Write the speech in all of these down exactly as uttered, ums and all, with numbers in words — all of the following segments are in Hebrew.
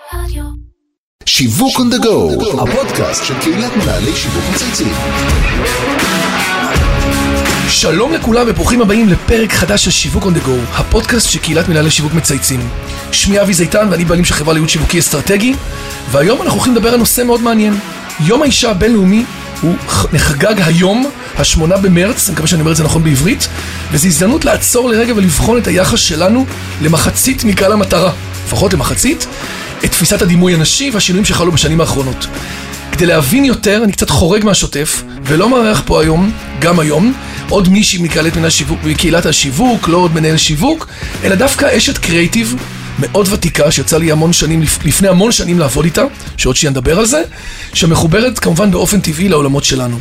שיווק on the go, הפודקאסט של קהילת מנהלי שיווק מצייצים. שלום לכולם וברוכים הבאים לפרק חדש של שיווק on the go, הפודקאסט של קהילת מנהלי שיווק מצייצים. שמי אבי זיתן ואני בעלים של חברה לייעוץ שיווקי אסטרטגי, והיום אנחנו הולכים לדבר על נושא מאוד מעניין. יום האישה הבינלאומי הוא נחגג היום, השמונה במרץ, אני מקווה שאני אומר את זה נכון בעברית, וזו הזדמנות לעצור לרגע ולבחון את היחס שלנו למחצית מקהל המטרה, לפחות למחצית, את תפיסת הדימוי הנשי והשינויים שחלו בשנים האחרונות. כדי להבין יותר, אני קצת חורג מהשוטף, ולא מארח פה היום, גם היום, עוד מישהי מקהלת מנהל שיווק, מקהילת השיווק, לא עוד מנהל שיווק, אלא דווקא אשת קריאיטיב מאוד ותיקה, שיצא לי המון שנים, לפני המון שנים לעבוד איתה, שעוד שיהיה נדבר על זה, שמחוברת כמובן באופן טבעי לעולמות שלנו.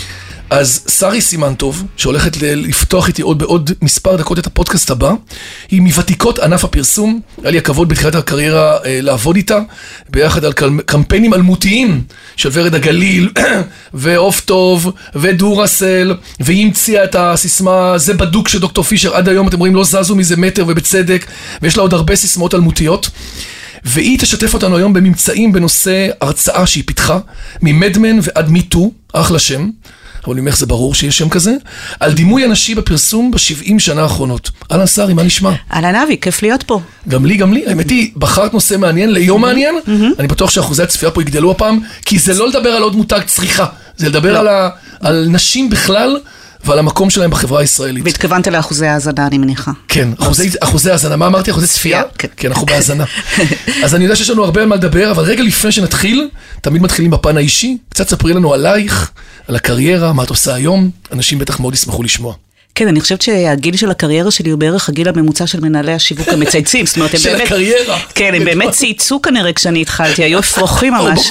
אז שרי סימנטוב, שהולכת לפתוח איתי עוד בעוד מספר דקות את הפודקאסט הבא, היא מוותיקות ענף הפרסום. היה לי הכבוד בתחילת הקריירה אה, לעבוד איתה, ביחד על קמפיינים אלמותיים של ורד הגליל, ואוף טוב, ודורסל, והיא המציאה את הסיסמה, זה בדוק של דוקטור פישר, עד היום אתם רואים לא זזו מזה מטר ובצדק, ויש לה עוד הרבה סיסמאות אלמותיות. והיא תשתף אותנו היום בממצאים בנושא הרצאה שהיא פיתחה, ממדמן ועד מיטו, אחלה שם, אבל ממך זה ברור שיש שם כזה, על דימוי הנשי בפרסום ב-שבעים שנה האחרונות. אהלן שרי, מה נשמע? אהלן אבי, כיף להיות פה. גם לי, גם לי. האמת היא, בחרת נושא מעניין ליום מעניין, אני בטוח שאחוזי הצפייה פה יגדלו הפעם, כי זה לא לדבר על עוד מותג צריכה, זה לדבר על ה- על נשים בכלל, ועל המקום שלהם בחברה הישראלית. והתכוונת לאחוזי ההזנה, אני מניחה. כן, אחוזי, אחוזי ההזנה. מה אמרתי? אחוזי צפייה? כן. כן, אנחנו בהזנה. אז אני יודע שיש לנו הרבה על מה לדבר, אבל רגע לפני שנתחיל, תמיד מתחילים בפן האישי. קצת ספרי לנו עלייך, על הקריירה, מה את עושה היום. אנשים בטח מאוד ישמחו לשמוע. כן, אני חושבת שהגיל של הקריירה שלי הוא בערך הגיל הממוצע של מנהלי השיווק המצייצים. זאת אומרת, הם של באמת, הקריירה. כן, הם באמת צייצו כנראה כשאני התחלתי, היו אפרוחים ממש.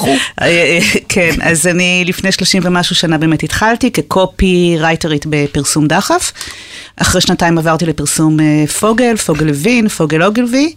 כן, אז אני לפני שלושים ומשהו שנה באמת התחלתי כקופי רייטרית בפרסום דחף. אחרי שנתיים עברתי לפרסום פוגל, פוגל לוין, פוגל אוגלוי,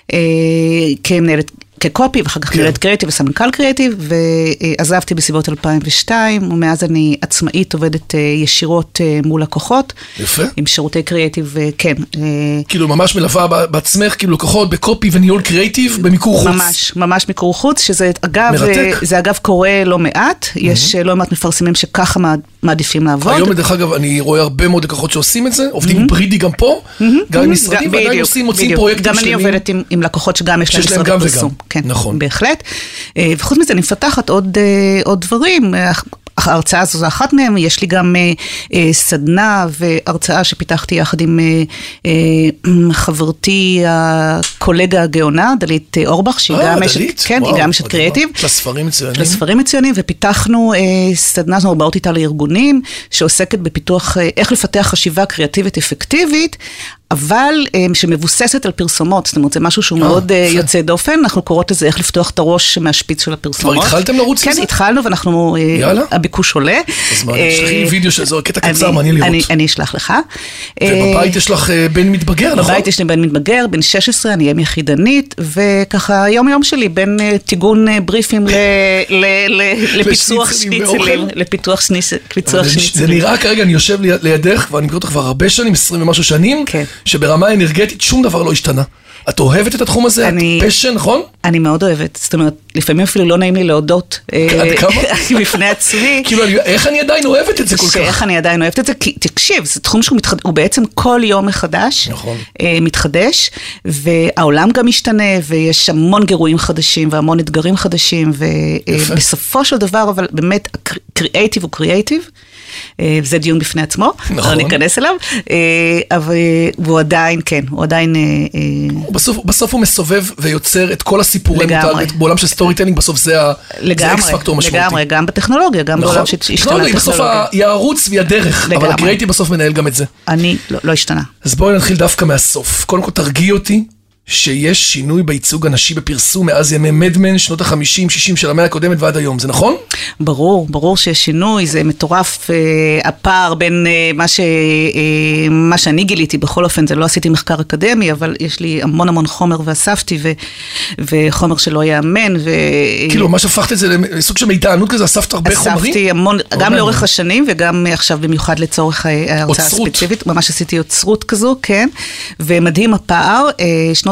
כמנהלת כקופי, ואחר כך מנהלת קריאיטיב וסמנכ"ל קריאיטיב, ועזבתי בסביבות אלפיים ושתיים, ומאז אני עצמאית עובדת ישירות מול לקוחות. יפה. עם שירותי קריאיטיב, כן. כאילו ממש מלווה בעצמך, כאילו לקוחות בקופי וניהול קריאיטיב במיקור חוץ. ממש, ממש מיקור חוץ, שזה אגב, מרתק. זה אגב קורה לא מעט, יש לא מעט מפרסמים שככה מעדיפים לעבוד. היום דרך אגב אני רואה הרבה מאוד לקוחות שעושים את זה, עובדים היברידי גם פה, גם עם משרדים, ועדיין עושים, מוצאים פרויקטים שלמים. גם אני עובדת עם לקוחות שגם יש להם משרדי פרסום. כן, נכון. בהחלט. וחוץ מזה אני מפתחת עוד, עוד דברים. ההרצאה הזו זה אחת מהם, יש לי גם אה, סדנה והרצאה שפיתחתי יחד עם אה, אה, חברתי הקולגה הגאונה, דלית אורבך, שהיא גם אשת, כן, היא גם אשת קריאיטיב. יש לה ספרים מצוינים. לספרים מצוינים, ופיתחנו אה, סדנה, אנחנו באות איתה לארגונים, שעוסקת בפיתוח, אה, איך לפתח חשיבה קריאטיבית אפקטיבית, אבל שמבוססת על פרסומות, זאת אומרת, זה משהו שהוא מאוד יוצא דופן, אנחנו קוראות לזה איך לפתוח את הראש מהשפיץ של הפרסומות. כבר התחלתם לרוץ לזה? כן, התחלנו, ואנחנו, הביקוש עולה. אז מה, תשלחי לי וידאו שזה קטע קצר, מעניין לראות. אני אשלח לך. ובבית יש לך בן מתבגר, נכון? בבית יש לי בן מתבגר, בן שש עשרה, אני אם יחידנית, וככה היום יום שלי, בין טיגון בריפים לפיצוח שניצלים, לפיתוח שניצלים. זה נראה כרגע, אני יושב לידך, ואני מכיר אותך כבר הרבה שנים, עשרים ומשהו שנים, שברמה אנרגטית שום דבר לא השתנה. את אוהבת את התחום הזה? אני, את פשן, נכון? אני מאוד אוהבת. זאת אומרת, לפעמים אפילו לא נעים לי להודות. עד כמה? בפני עצמי. כאילו, איך אני עדיין אוהבת את זה כל כך? איך אני עדיין אוהבת את זה? כי תקשיב, זה תחום שהוא מתחד... הוא בעצם כל יום מחדש. נכון. מתחדש, והעולם גם משתנה, ויש המון גירויים חדשים, והמון אתגרים חדשים, ובסופו של דבר, אבל באמת, קריאיטיב הוא קריאיטיב. זה דיון בפני עצמו, נכון. אני אכנס אליו, אבל הוא עדיין, כן, הוא עדיין... בסוף, בסוף הוא מסובב ויוצר את כל הסיפורים, בעולם של סטורי טיילינג, בסוף זה האקס פקטור משמעותי. לגמרי, גם בטכנולוגיה, גם בעולם שהשתנה הטכנולוגיה. בסוף היא הערוץ והיא הדרך, אבל הקריאיטיב בסוף מנהל גם את זה. אני, לא השתנה. אז בואי נתחיל דווקא מהסוף. קודם כל תרגיע אותי, שיש שינוי בייצוג הנשי בפרסום מאז ימי מדמן, שנות ה-חמישים שישים של המאה הקודמת ועד היום, זה נכון? ברור, ברור שיש שינוי, זה מטורף, אה, הפער בין אה, מה, ש, אה, מה שאני גיליתי, בכל אופן, זה לא עשיתי מחקר אקדמי, אבל יש לי המון המון חומר ואספתי, ו, וחומר שלא יאמן. ו... כאילו, מה שהפכת את זה לסוג של מידענות כזה, אספת הרבה אספתי חומרים? אספתי המון, גם לאורך השנים, וגם עכשיו במיוחד לצורך ההרצאה הספציפית, ממש עשיתי יוצרות כזו, כן, ומדהים הפער, שנות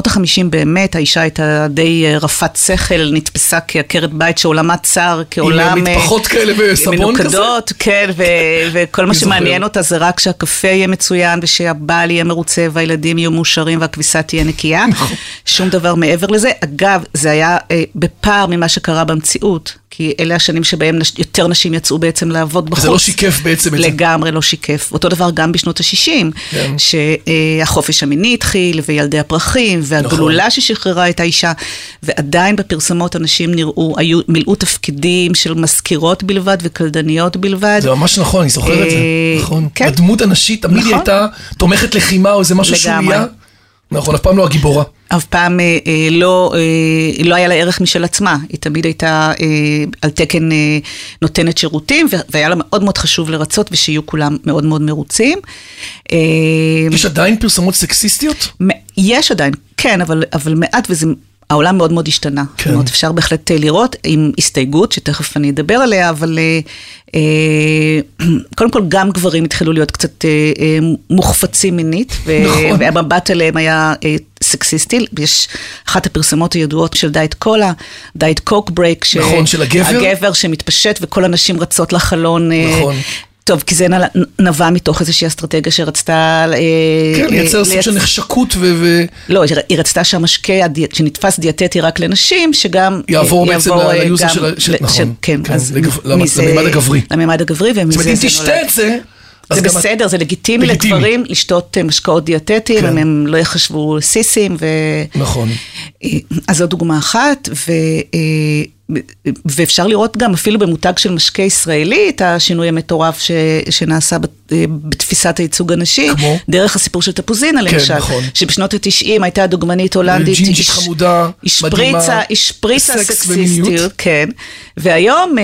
בשנות ה-חמישים באמת, האישה הייתה די רפת שכל, נתפסה כעקרת בית שעולמה צר, כעולם... עם מטפחות כאלה וסבון כזה? מנוקדות, כן, וכל מה שמעניין אותה זה רק שהקפה יהיה מצוין, ושהבעל יהיה מרוצה, והילדים יהיו מאושרים, והכביסה תהיה נקייה. שום דבר מעבר לזה. אגב, זה היה בפער ממה שקרה במציאות, כי אלה השנים שבהם יותר נשים יצאו בעצם לעבוד בחוץ. זה לא שיקף בעצם את זה. לגמרי לא שיקף. אותו דבר גם בשנות ה-שישים, שהחופש המיני התחיל, וילדי הפרחים, והגלולה ששחררה את האישה, ועדיין בפרסומות אנשים נראו, היו מילאו תפקידים של מזכירות בלבד, וקלדניות בלבד. זה ממש נכון, אני זוכר את זה. נכון. הדמות הנשית תמיד היא הייתה תומכת לחימה, או איזה משהו שומיה. נכון, אף פעם לא הגיבורה. אף פעם אה, לא, אה, לא היה לה ערך משל עצמה, היא תמיד הייתה אה, על תקן אה, נותנת שירותים, והיה לה מאוד מאוד חשוב לרצות, ושיהיו כולם מאוד מאוד מרוצים. אה, יש עדיין פרסומות סקסיסטיות? יש עדיין, כן, אבל, אבל מעט, וזה... העולם מאוד מאוד השתנה. כן. זאת אומרת, אפשר בהחלט לראות עם הסתייגות, שתכף אני אדבר עליה, אבל אה, קודם כל גם גברים התחילו להיות קצת אה, אה, מוחפצים מינית, ו- נכון. והמבט עליהם היה אה, סקסיסטי. יש אחת הפרסומות הידועות של דייט קולה, דייט קוק ברייק, ש- נכון, של הגבר? הגבר שמתפשט, וכל הנשים רצות לחלון. נכון. אה, טוב, כי זה נבע מתוך איזושהי אסטרטגיה שרצתה... כן, לייצר סוג של נחשקות ו... לא, היא רצתה שהמשקה, שנתפס דיאטטי רק לנשים, שגם... יעבור בעצם ליוזר של... נכון, כן, לממד הגברי. לממד הגברי, ומזה זה נולד. זאת אומרת, אם תשתה את זה... זה בסדר, זה לגיטימי לגברים לשתות משקאות דיאטטיים, אם הם לא יחשבו סיסים. נכון. אז זו דוגמה אחת, ו... ואפשר לראות גם אפילו במותג של משקה ישראלי את השינוי המטורף ש, שנעשה בתפיסת הייצוג הנשי, כמו? דרך הסיפור של תפוזינה למשל, כן, נכון. שבשנות ה-תשעים הייתה דוגמנית הולנדית, ג'ינג'ית חמודה, מדהימה, השפריצה סקסיסטיות, כן, והיום...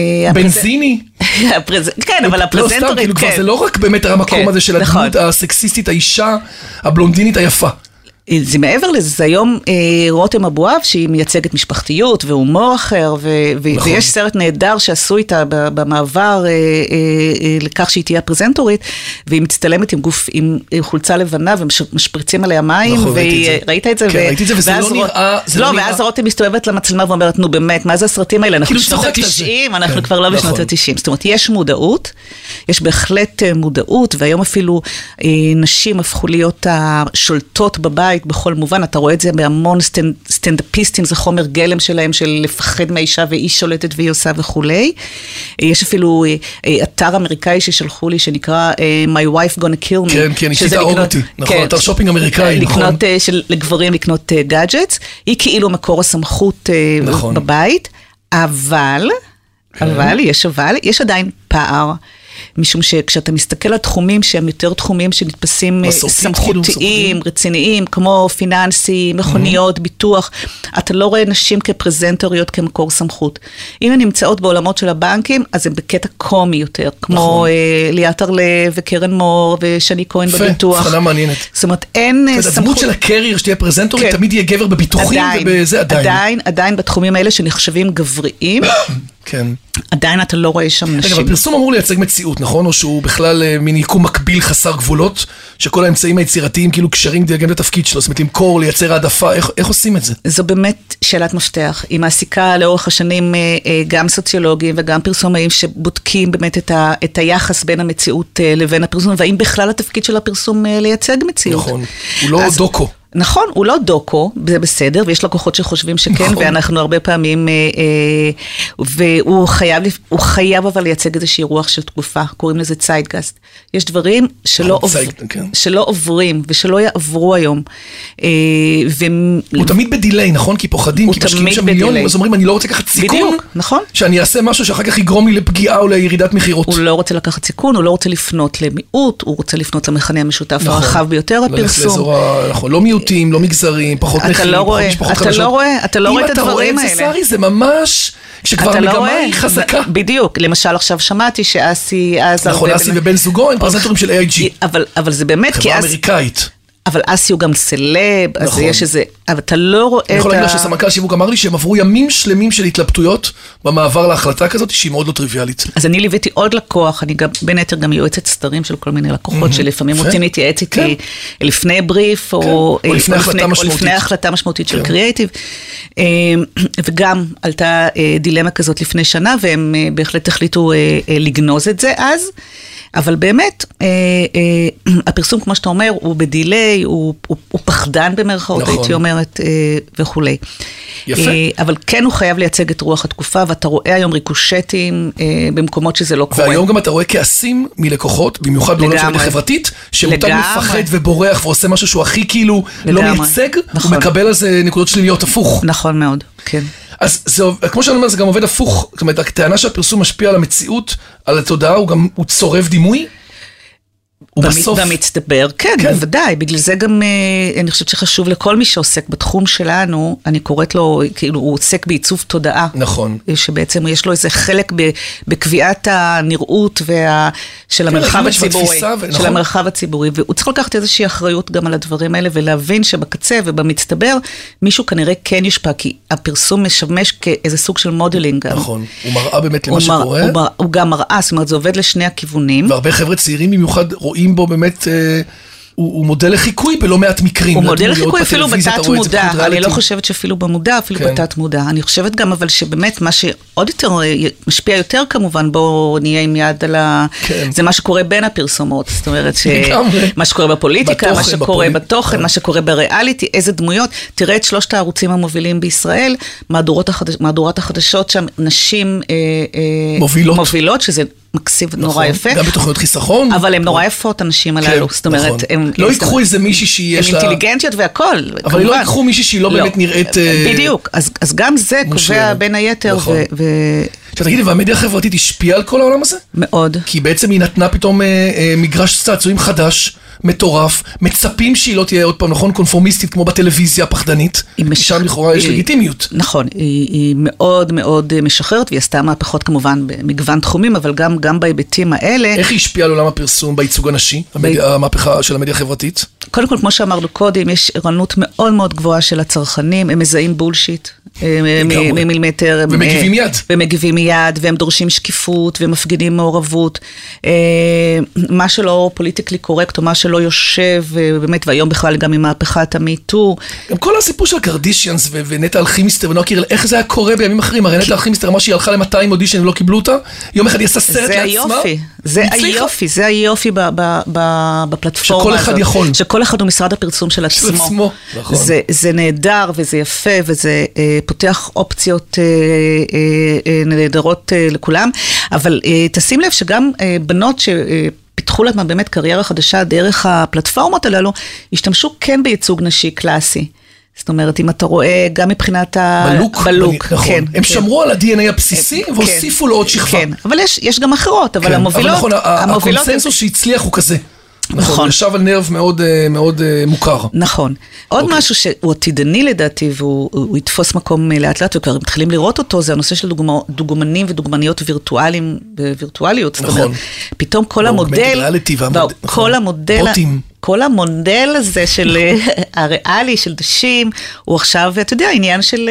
בנזיני. הפרז... כן, אבל הפרזנטורית, לא סתם, כאילו כבר זה לא רק באמת המקום הזה של הדמות הסקסיסטית, האישה הבלונדינית היפה. זה מעבר לזה, זה היום אה, רותם אבואב, שהיא מייצגת משפחתיות והומור אחר, ו- ו- נכון. ויש סרט נהדר שעשו איתה במעבר אה, אה, אה, לכך שהיא תהיה פרזנטורית, והיא מצטלמת עם גוף, עם חולצה לבנה, ומשפריצים עליה מים, נכון, והיא, ראית את זה? כן, ו- ראיתי את זה, וזה לא נראה... לא, לא ואז רותם מסתובבת למצלמה ואומרת, נו באמת, מה זה הסרטים האלה? אנחנו בשנות ה-תשעים, אנחנו כן, כבר לא נכון. בשנות ה-תשעים. זאת אומרת, יש מודעות, יש בהחלט מודעות, והיום אפילו אה, נשים הפכו להיות השולטות בבית, בכל מובן, אתה רואה את זה בהמון סטנד, סטנדאפיסטים, זה חומר גלם שלהם, של לפחד מהאישה, והיא שולטת והיא עושה וכולי. יש אפילו אתר אמריקאי ששלחו לי, שנקרא My Wife Gonna Kill Me. כן, כן, אישית תאהוב אותי. נכון, אתר שופינג אמריקאי, נכון. לקנות, של, לגברים לקנות גאדג'טס. היא כאילו מקור הסמכות נכון. בבית, אבל, אבל, יש אבל, יש עדיין פער. משום שכשאתה מסתכל על תחומים שהם יותר תחומים שנתפסים סמכותיים, רציניים, כמו פיננסי, מכוניות, ביטוח, אתה לא רואה נשים כפרזנטוריות כמקור סמכות. אם הן נמצאות בעולמות של הבנקים, אז הן בקטע קומי יותר, כמו ליאת הרלב וקרן מור ושני כהן בביטוח. הבחנה מעניינת. זאת אומרת, אין סמכות... הדמות של הקרייר שתהיה פרזנטורית, תמיד יהיה גבר בביטוחים ובזה עדיין. עדיין, עדיין בתחומים האלה שנחשבים גבריים. כן. עדיין אתה לא רואה שם נשים. אבל פרסום אמור לייצג מציאות, נכון? או שהוא בכלל מין יקום מקביל חסר גבולות, שכל האמצעים היצירתיים כאילו קשרים גם לתפקיד שלו, זאת אומרת, למכור, לייצר העדפה, איך, איך עושים את זה? זו באמת שאלת מפתח. היא מעסיקה לאורך השנים גם סוציולוגים וגם פרסומאים שבודקים באמת את, ה, את היחס בין המציאות לבין הפרסום, והאם בכלל התפקיד של הפרסום לייצג מציאות. נכון, הוא לא אז, דוקו. נכון, הוא לא דוקו, זה בסדר, ויש לקוחות שחושבים שכן, נכון. ואנחנו הרבה פעמים, אה, אה, והוא חייב, הוא חייב אבל לייצג איזושהי רוח של תקופה, קוראים לזה ציידגאסט. יש דברים שלא, עובר, כן. שלא עוברים ושלא יעברו היום. אה, ו... הוא תמיד בדילי, נכון? כי פוחדים, כי משקיעים שם מיליונים, אז אומרים, אני לא רוצה לקחת סיכון, בדיוק, נכון? שאני אעשה משהו שאחר כך יגרום לי לפגיעה או לירידת מחירות. הוא לא רוצה לקחת סיכון, הוא לא רוצה לפנות למיעוט, הוא רוצה לפנות למכנה המשותף נכון. הרחב ביותר, הפרסום. נכון, לא מיעוטים, לא מגזרים, פחות מחירים, פחות משפחות חדשות. אתה לא רואה, אתה לא רואה את הדברים האלה. אם אתה רואה את זה, שרי, זה ממש, כשכבר המגמה היא חזקה. בדיוק, למשל עכשיו שמעתי שאסי, נכון, אסי ובן זוגו הם פרזנטורים של איי איי ג'י. אבל זה באמת, חברה אמריקאית. אבל אסי הוא גם סלב, אז נכון. יש איזה, אבל אתה לא רואה את ה... אני יכול להגיד לך שסמנכ"ל שיווק אמר לי שהם עברו ימים שלמים של התלבטויות במעבר להחלטה כזאת, שהיא מאוד לא טריוויאלית. אז אני ליוויתי עוד לקוח, אני גם, בין היתר גם יועצת סתרים של כל מיני לקוחות, שלפעמים רוצים להתייעץ איתי לפני בריף, או לפני החלטה משמעותית של קריאייטיב, וגם עלתה דילמה כזאת לפני שנה, והם בהחלט החליטו לגנוז את זה אז, אבל באמת, אה, אה, הפרסום, כמו שאתה אומר, הוא בדילי, הוא, הוא, הוא פחדן במרכאות, נכון. הייתי אומרת, אה, וכולי. יפה. אה, אבל כן הוא חייב לייצג את רוח התקופה, ואתה רואה היום ריקושטים אה, במקומות שזה לא קורה. והיום גם אתה רואה כעסים מלקוחות, במיוחד בעולם של מדיה חברתית, שמותג מפחד ובורח ועושה משהו שהוא הכי כאילו לגמרי. לא מייצג, נכון. הוא מקבל על זה נקודות שליליות הפוך. נכון מאוד, כן. אז זה, כמו שאני אומר, זה גם עובד הפוך. זאת אומרת, הטענה שהפרסום משפיע על המציאות, על התודעה, הוא גם, הוא צורב דימוי. ובסוף... במצטבר, כן, כן, בוודאי. בגלל זה גם, אני חושבת שחשוב לכל מי שעוסק בתחום שלנו, אני קוראת לו, כאילו, הוא עוסק בעיצוב תודעה. נכון. שבעצם יש לו איזה חלק בקביעת הנראות וה... של המרחב הציבורי. של המרחב הציבורי. והוא צריך לקחת איזושהי אחריות גם על הדברים האלה, ולהבין שבקצה ובמצטבר, מישהו כנראה כן יושפע, כי הפרסום משמש כאיזה סוג של מודלינג. נכון. הוא מראה באמת למה שקורה. הוא גם מראה, זאת אומרת, זה עובד לשני הכיוונים. והרבה חבר'ה צעירים במיוחד רואים בו באמת, אה, הוא, הוא מודל לחיקוי בלא מעט מקרים. הוא מודל לחיקוי אפילו בתת מודע, אני לא חושבת שאפילו במודע, אפילו כן. בתת מודע. אני חושבת גם אבל שבאמת מה שעוד יותר משפיע יותר כמובן, בואו נהיה עם יד על ה... כן. זה מה שקורה בין הפרסומות, זאת אומרת ש... מה שקורה בפוליטיקה, בתוכן, מה שקורה בפוליט... בתוכן, כן. מה שקורה בריאליטי, איזה דמויות. תראה את שלושת הערוצים המובילים בישראל, מהדורות החדש... מהדורות החדשות שם, נשים אה, אה, מובילות. מובילות, שזה... מקסיב, נכון, נורא יפה. גם בתוכניות חיסכון. אבל הן נורא יפות, אנשים הללו. כן, זאת אומרת, נכון. הם... לא ייקחו איזה מישי שיש לה... הן אינטליגנטיות והכל. אבל כמובן. לא ייקחו מישי שהיא לא, לא באמת נראית... בדיוק. אז, אז גם זה קובע בין היתר. נכון. ו... ו... שתגידי, והמדיה החברתית השפיעה על כל העולם הזה? מאוד. כי בעצם היא נתנה פתאום אה, אה, מגרש צעצועים חדש, מטורף, מצפים שהיא לא תהיה עוד פעם, נכון, קונפורמיסטית כמו בטלוויזיה הפחדנית, מש... שם לכאורה היא... יש לגיטימיות. נכון, היא, היא מאוד מאוד משחררת, והיא עשתה מהפכות כמובן במגוון תחומים, אבל גם, גם בהיבטים האלה... איך היא השפיעה על עולם הפרסום בייצוג הנשי, המדיה, ב... המהפכה של המדיה החברתית? קודם כל, כמו שאמרנו קודם, יש ערנות מאוד מאוד גבוהה של הצרכנים, הם מזהים בולשיט, ממילימטר. ומגיבים מיד. ומגיבים מיד, והם דורשים שקיפות, ומפגינים מעורבות. מה שלא פוליטיקלי קורקט, או מה שלא יושב, באמת, והיום בכלל גם עם מהפכת המיטו. גם כל הסיפור של קרדישיאנס ונטע אלכימיסטר ונועה קירל, איך זה היה קורה בימים אחרים? הרי נטע אלכימיסטר אמרה שהיא הלכה ל-מאתיים אודישן ולא קיבלו אותה, יום אחד היא עשה סרט לעצמה. זה היופי, זה היופי בפלטפורמה. שכל אחד יכול. שכל אחד הוא משרד הפרסום של עצמו. של עצמו, נכון. זה נהדר וזה יפה וזה פותח אופציות נהדרות לכולם, אבל תשים לב שגם בנות ש... פיתחו להם באמת קריירה חדשה דרך הפלטפורמות הללו, השתמשו כן בייצוג נשי קלאסי. זאת אומרת, אם אתה רואה גם מבחינת ה... בלוק. בלוק, נכון. כן. הם שמרו על ה-די אן איי הבסיסי והוסיפו לו עוד שכבה. כן, אבל יש, יש גם אחרות, אבל המובילות... אבל נכון, הקונסנזוס שהצליח הוא כזה. נכון, הוא ישב על נרב מאוד, מאוד מוכר. נכון. עוד okay. משהו שהוא עתידני לדעתי, והוא יתפוס מקום לאט לאט, וכבר מתחילים לראות אותו, זה הנושא של דוגמא, דוגמנים ודוגמניות וירטואליים, וירטואליות. נכון. אומרת, פתאום כל המודל, והמוד... כל המודל, בוטים. כל המודל הזה של הריאלי, של נשים, הוא עכשיו, אתה יודע, עניין של...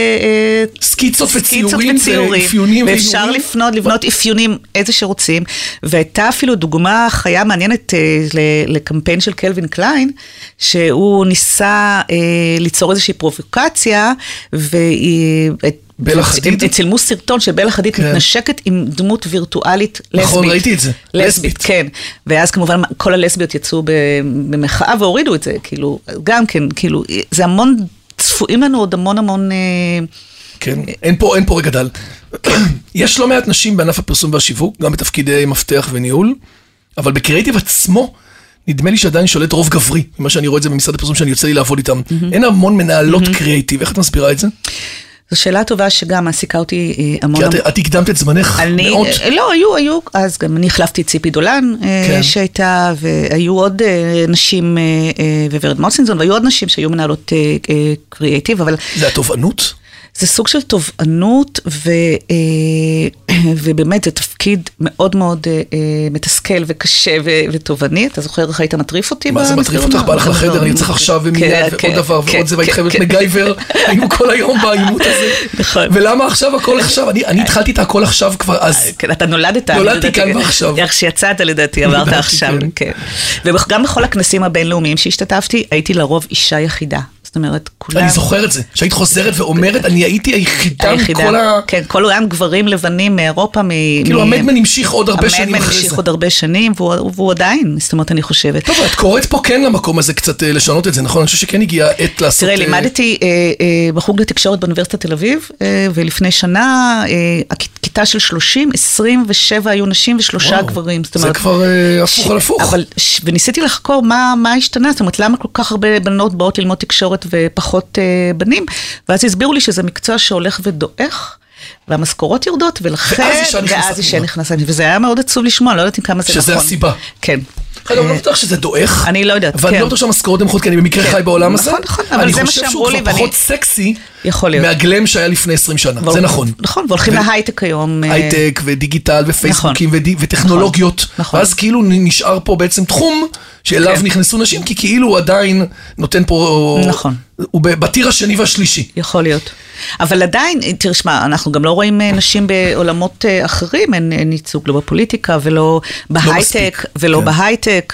סקיצות וציורים, ואפיונים. ואפשר לפנות, לבנות אפיונים, איזה שרוצים, והייתה אפילו דוגמה חיה מעניינת לקמפיין של קלווין קליין, שהוא ניסה ליצור איזושהי פרובוקציה, והיא... בלה חדיד? צילמו סרטון של בלה חדיד מתנשקת עם דמות וירטואלית לסבית. נכון, ראיתי את זה. לסבית, כן. ואז כמובן כל הלסביות יצאו במחאה והורידו את זה, כאילו, גם כן, כאילו, זה המון, צפויים לנו עוד המון המון... כן, אין פה, אין פה רגע דל. יש לא מעט נשים בענף הפרסום והשיווק, גם בתפקידי מפתח וניהול, אבל בקריאיטיב עצמו, נדמה לי שעדיין שולט רוב גברי, ממה שאני רואה את זה במשרד הפרסום שאני יוצא לי לעבוד איתם. אין המון מנהלות קריאיטיב, איך את מסבירה את זה? זו שאלה טובה שגם מעסיקה אותי המון... כי את, את הקדמת את זמנך אני, מאוד. לא, היו, היו, אז גם אני החלפתי את ציפי דולן כן. שהייתה, והיו עוד נשים, וורד מוסינזון, והיו עוד נשים שהיו מנהלות קריאיטיב, אבל... זה התובענות? זה סוג של תובענות, ו, ובאמת זה תפקיד מאוד מאוד מתסכל וקשה ותובעני. אתה זוכר איך היית מטריף אותי? מה זה מטריף אותך? בא לך לחדר, אני צריך עכשיו ומיד ועוד דבר ועוד זה, והיית חייבת מגייבר, היינו כל היום באימות הזה. נכון. ולמה עכשיו הכל עכשיו? אני התחלתי את הכל עכשיו כבר אז. אתה נולדת. נולדתי כאן ועכשיו. איך שיצאת לדעתי, אמרת עכשיו. וגם בכל הכנסים הבינלאומיים שהשתתפתי, הייתי לרוב אישה יחידה. זאת אומרת, כולם... אני זוכר את זה, שהיית חוזרת ואומרת, אני הייתי היחידה מכל ה... כן, כל אותם גברים לבנים מאירופה, מ... כאילו, המדמן המשיך עוד הרבה שנים אחרי זה. המדמן המשיך עוד הרבה שנים, והוא עדיין, זאת אומרת, אני חושבת. טוב, את קוראת פה כן למקום הזה קצת לשנות את זה, נכון? אני חושב שכן הגיע עת לעשות... תראה, לימדתי בחוג לתקשורת באוניברסיטת תל אביב, ולפני שנה, הכיתה של שלושים, עשרים ושבע היו נשים ושלושה גברים. זה כבר הפוך על הפוך. וניסיתי לחקור מה השתנה, זאת אומרת, למה כל כך הרבה בנות באות ללמוד תקשורת ופחות uh, בנים, ואז הסבירו לי שזה מקצוע שהולך ודועך, והמשכורות יורדות, ולכן, ואז אישה נכנסה, וזה היה מאוד עצוב לשמוע, לא יודעת אם כמה זה נכון. שזה הסיבה. כן. אני לא בטוח שזה דועך. אני לא יודעת, כן. ואני לא בטוח שהמשכורות נמוכות, כי אני במקרה חי בעולם הזה. נכון, נכון, אבל זה מה שאמרו לי, אני חושב שהוא כבר פחות סקסי, מהגלם שהיה לפני עשרים שנה. זה נכון. נכון, והולכים להייטק היום. הייטק ודיגיטל ופייסבוקים וטכנולוגיות. ואז כאילו נשאר פה בעצם תחום שאליו נכנסו נשים, כי כאילו הוא עדיין נותן פה... נכון. הוא בתיר השני והשלישי. יכול להיות. אבל עדיין, תראה, שמה, אנחנו גם לא רואים נשים בעולמות אחרים, אין ייצוג לא בפוליטיקה ולא בהייטק, ולא בהייטק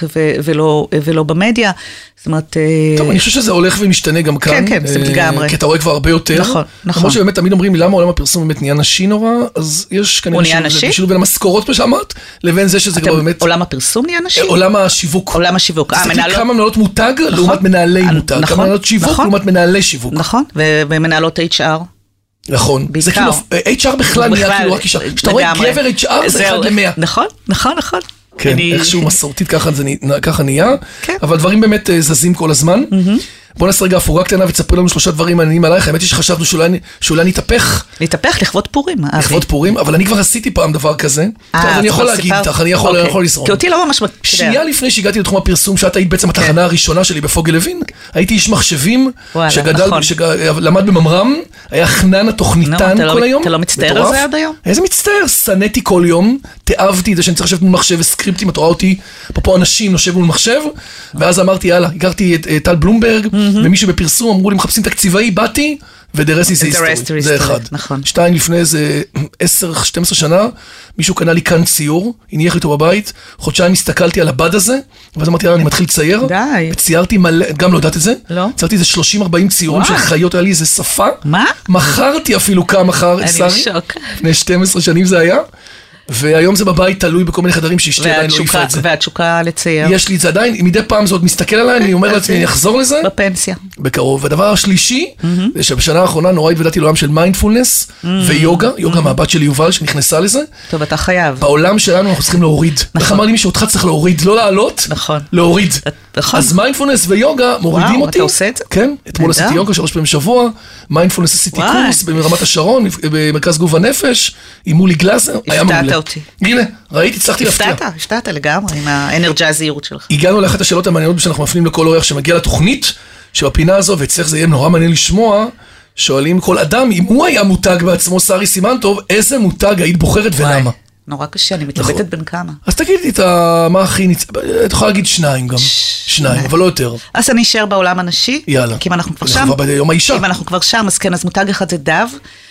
ולא במדיה. זאת אומרת... טוב, אני חושב שזה הולך ומשתנה גם כאן. כן, כן, זה לגמרי. כי אתה רואה כבר הרבה יותר. נכון, נכון. כמו שבאמת תמיד אומרים לי, למה עולם הפרסום באמת נהיה נשי נורא, אז יש כנראה שילוב בין המשכורות מה שאמרת, לבין זה שזה כבר באמת... עולם הפרסום נהיה נשי? עולם השיווק. עולם השיווק. תסתכלי כמה מנהלות מותג לעומת מנהלי מותג. כמה מנהלות שיווק לעומת מנהלי שיווק. נכון, ומנהלות אייץ' אר. נכון. זה כאילו, אייץ' אר בכלל נהיה כאילו רק אישה. כשאתה רואה גבר אייץ' אר זה אחד למאה. נכון, נכון, נכון. כן, איכשהו מסורתית ככה נהיה, אבל דברים באמת זזים כל הזמן. בוא נעשה רגע אפורה קטנה ותספר לנו שלושה דברים מעניינים עלייך. האמת היא שחשבנו שאולי נתהפך. נתהפך לכבוד פורים. לכבוד פורים, אבל אני כבר עשיתי פעם דבר כזה. אני יכול להגיד איתך, אני יכול לזרום. כי אותי לא ממש... שנייה לפני שהגעתי לתחום הפרסום, שאת היית בעצם התחנה הראשונה שלי בפוגל לוין, הייתי איש מחשבים, שגדל, שלמד בממר"ם, היה חנן התוכניתן כל היום. אתה לא מצטער על זה עד היום? איזה מצטער? סניתי כל יום, תאהבתי את זה שאני צריך לשבת מול מחשב וסקריפטים, את רואה אותי, פה אנשים נושב מול מחשב, ואז אמרתי, יאללה, הכרתי את טל בלומברג, ומישהו בפרסום אמרו לי, מחפשים תקציבאי, באתי, ודרס איזה היסטורי. זה אחד. שתיים, לפני איזה עשר שתים עשרה שנה, מישהו קנה לי כאן ציור, הניח איתו בבית, חודשיים הסתכלתי על הבד הזה, ואז אמרתי, יאללה, אני מתחיל לצייר. די. וציירתי מלא, גם לא יודעת את זה. לא. ציירתי איזה שלושים ארבעים ציורים של חיות, היה לי איזה שפה. מה? מכרתי אפילו כמה מחר, אני בשוק. לפני שתים עשרה שנים זה היה. והיום זה בבית תלוי בכל מיני חדרים שאשתי עדיין לא העיפה את זה. והתשוקה לצייר. יש לי את זה עדיין, מדי פעם זה עוד מסתכל עליי, אני אומר לעצמי, אני אחזור לזה. בפנסיה. בקרוב. והדבר השלישי, זה שבשנה האחרונה נורא התוודעתי לעולם של מיינדפולנס ויוגה, יוגה מהבת שלי יובל שנכנסה לזה. טוב, אתה חייב. בעולם שלנו אנחנו צריכים להוריד. איך אמר לי מי שאותך צריך להוריד, לא לעלות, להוריד. אז מיינדפולנס ויוגה מורידים אותי. אתה עושה את זה? כן, אתמול עשיתי יוגה שלוש פעמים בשבוע, מיינדפולנס עשיתי קורס ברמת השרון, במרכז גוף הנפש, עם מולי גלאזר, היה מעולה. הפתעת אותי. הנה, ראיתי, הצלחתי להפתיע. הפתעת, הפתעת לגמרי עם האנרג'זיות שלך. הגענו לאחת השאלות המעניינות שאנחנו מפנים לכל אורח שמגיע לתוכנית, שבפינה הזו, ואצלך זה יהיה נורא מעניין לשמוע, שואלים כל אדם, אם הוא היה מותג בעצמו, שרי סימנטוב, איזה מותג היית בוחרת ולמה? נורא קשה, אני מתלבטת בין כמה. אז תגידי את מה הכי נצ... את יכולה להגיד שניים גם. שניים, אבל לא יותר. אז אני אשאר בעולם הנשי. יאללה. כי אם אנחנו כבר שם. ביום האישה. אם אנחנו כבר שם, אז כן, אז מותג אחד זה דב.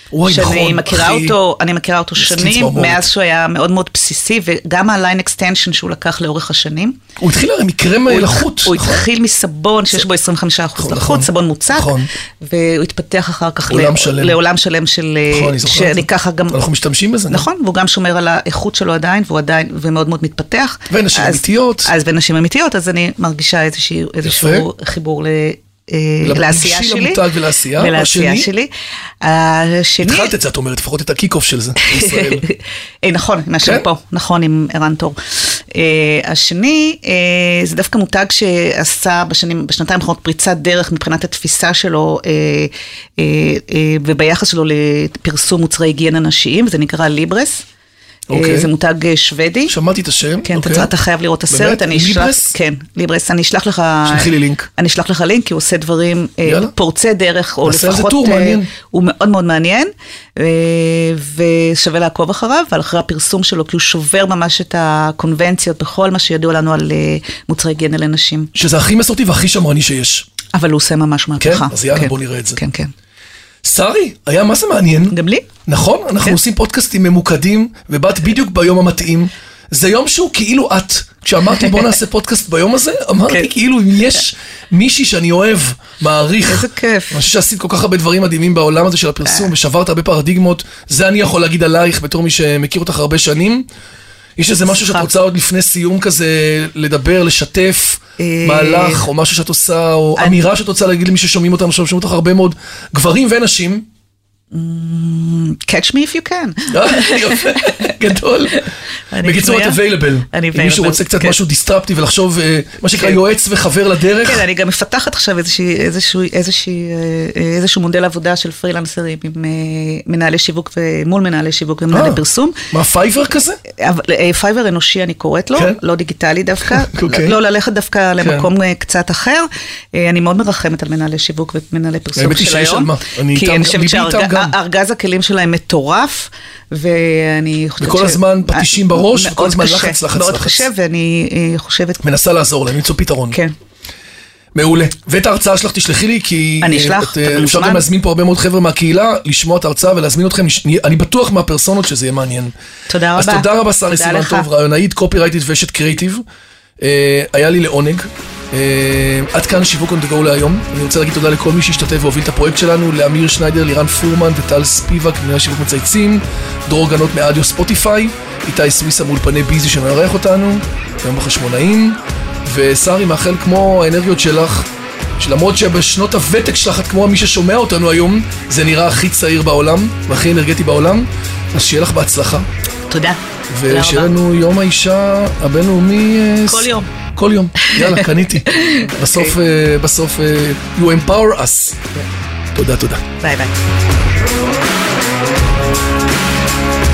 שאני מכירה אותו, אני מכירה אותו שנים, מאז שהוא היה מאוד מאוד בסיסי, וגם הליין אקסטנשן שהוא לקח לאורך השנים. הוא התחיל הרי מקרם לחות. הוא התחיל מסבון שיש בו עשרים וחמישה אחוז לחות, סבון מוצק, והוא התפתח אחר כך לעולם שלם של... שאני ככה גם... אנחנו משתמשים בזה. נכון, והוא גם שומר על האיכות שלו עדיין, והוא עדיין, ומאוד מאוד מתפתח. ונשים אמיתיות. אז ונשים אמיתיות, אז אני מרגישה איזשהו חיבור ל... לעשייה שלי. למותג ולעשייה. ולעשייה שלי. השני... התחלת את זה, את אומרת, לפחות את הקיק-אוף של זה, בישראל. נכון, מהשם פה, נכון, עם ערן תור. השני, זה דווקא מותג שעשה בשנתיים האחרונות פריצת דרך מבחינת התפיסה שלו, וביחס שלו לפרסום מוצרי היגיינה נשיים, זה נקרא ליברס. אוקיי. זה מותג שוודי. שמעתי את השם. כן, אוקיי. אתה חייב לראות את הסרט. באמת? אני אשלח, ליברס? כן, ליברס. אני אשלח לך... שלחי לי לינק. אני אשלח לך לינק, כי הוא עושה דברים יאללה. פורצי דרך, או נעשה על זה לפחות... טור מעניין. הוא מאוד מאוד מעניין, ושווה לעקוב אחריו, ועל אחרי הפרסום שלו, כי הוא שובר ממש את הקונבנציות, בכל מה שידוע לנו על מוצרי היגיינה לנשים. שזה הכי מסורתי והכי שמרני שיש. אבל הוא עושה ממש מהפכה. כן? אז יאללה, בוא נראה את זה. כן, כן. שרי, היה מה זה מעניין. גם לי? נכון, אנחנו עושים פודקאסטים ממוקדים, ובאת בדיוק ביום המתאים. זה יום שהוא כאילו את. כשאמרת לי בוא נעשה פודקאסט ביום הזה, אמרתי כאילו אם יש מישהי שאני אוהב, מעריך. איזה כיף. אני חושב שעשית כל כך הרבה דברים מדהימים בעולם הזה של הפרסום, ושברת הרבה פרדיגמות. זה אני יכול להגיד עלייך בתור מי שמכיר אותך הרבה שנים. יש איזה משהו שאת רוצה עוד לפני סיום כזה לדבר, לשתף, מהלך, או משהו שאת עושה, או אמירה שאת רוצה להגיד למי ששומעים אותנו, ששומעים אותך הרבה מאוד גברים ונשים. Catch me if you can. יופי, גדול. בקיצור, את available. אם מישהו רוצה קצת משהו דיסטרפטי ולחשוב, מה שנקרא יועץ וחבר לדרך. כן, אני גם מפתחת עכשיו איזשהו מודל עבודה של פרילנסרים עם מנהלי שיווק ומול מנהלי שיווק ומנהלי פרסום. מה, פייבר כזה? פייבר אנושי אני קוראת לו, לא דיגיטלי דווקא. לא ללכת דווקא למקום קצת אחר. אני מאוד מרחמת על מנהלי שיווק ומנהלי פרסום של היום. כי אני חושבת שארגז הכלים שלהם מטורף, ואני חושבת וכל הזמן פטישים בראש, וכל הזמן לחץ, לחץ, לחץ. מאוד קשה, ואני חושבת... מנסה לעזור להם, למצוא פתרון. כן. מעולה. ואת ההרצאה שלך תשלחי לי, כי... אני אשלח, אפשר גם להזמין פה הרבה מאוד חבר'ה מהקהילה, לשמוע את ההרצאה ולהזמין אתכם. אני בטוח מהפרסונות שזה יהיה מעניין. תודה רבה. אז תודה רבה, שרי סימן טוב, רעיונאית, קופירייטית ואשת קריאיטיב. היה לי לעונג. עד כאן שיווק on the go להיום. אני רוצה להגיד תודה לכל מי שהשתתף והוביל את הפרויקט שלנו, לאמיר שניידר, לירן פורמן וטל ספיבק, מנהל שיווק מצייצים, דרור גנות מאדיו ספוטיפיי, איתי סוויסה מאולפני ביזי שמארח אותנו, היום בחשמונאים, ושרי מאחל כמו האנרגיות שלך, שלמרות שבשנות הוותק שלך את כמו מי ששומע אותנו היום, זה נראה הכי צעיר בעולם, והכי אנרגטי בעולם, אז שיהיה לך בהצלחה. תודה. ושיהיה לנו יום האישה הבינלאומי... כל יום. כל יום, יאללה, קניתי. בסוף, בסוף, you empower us. תודה, תודה. ביי ביי.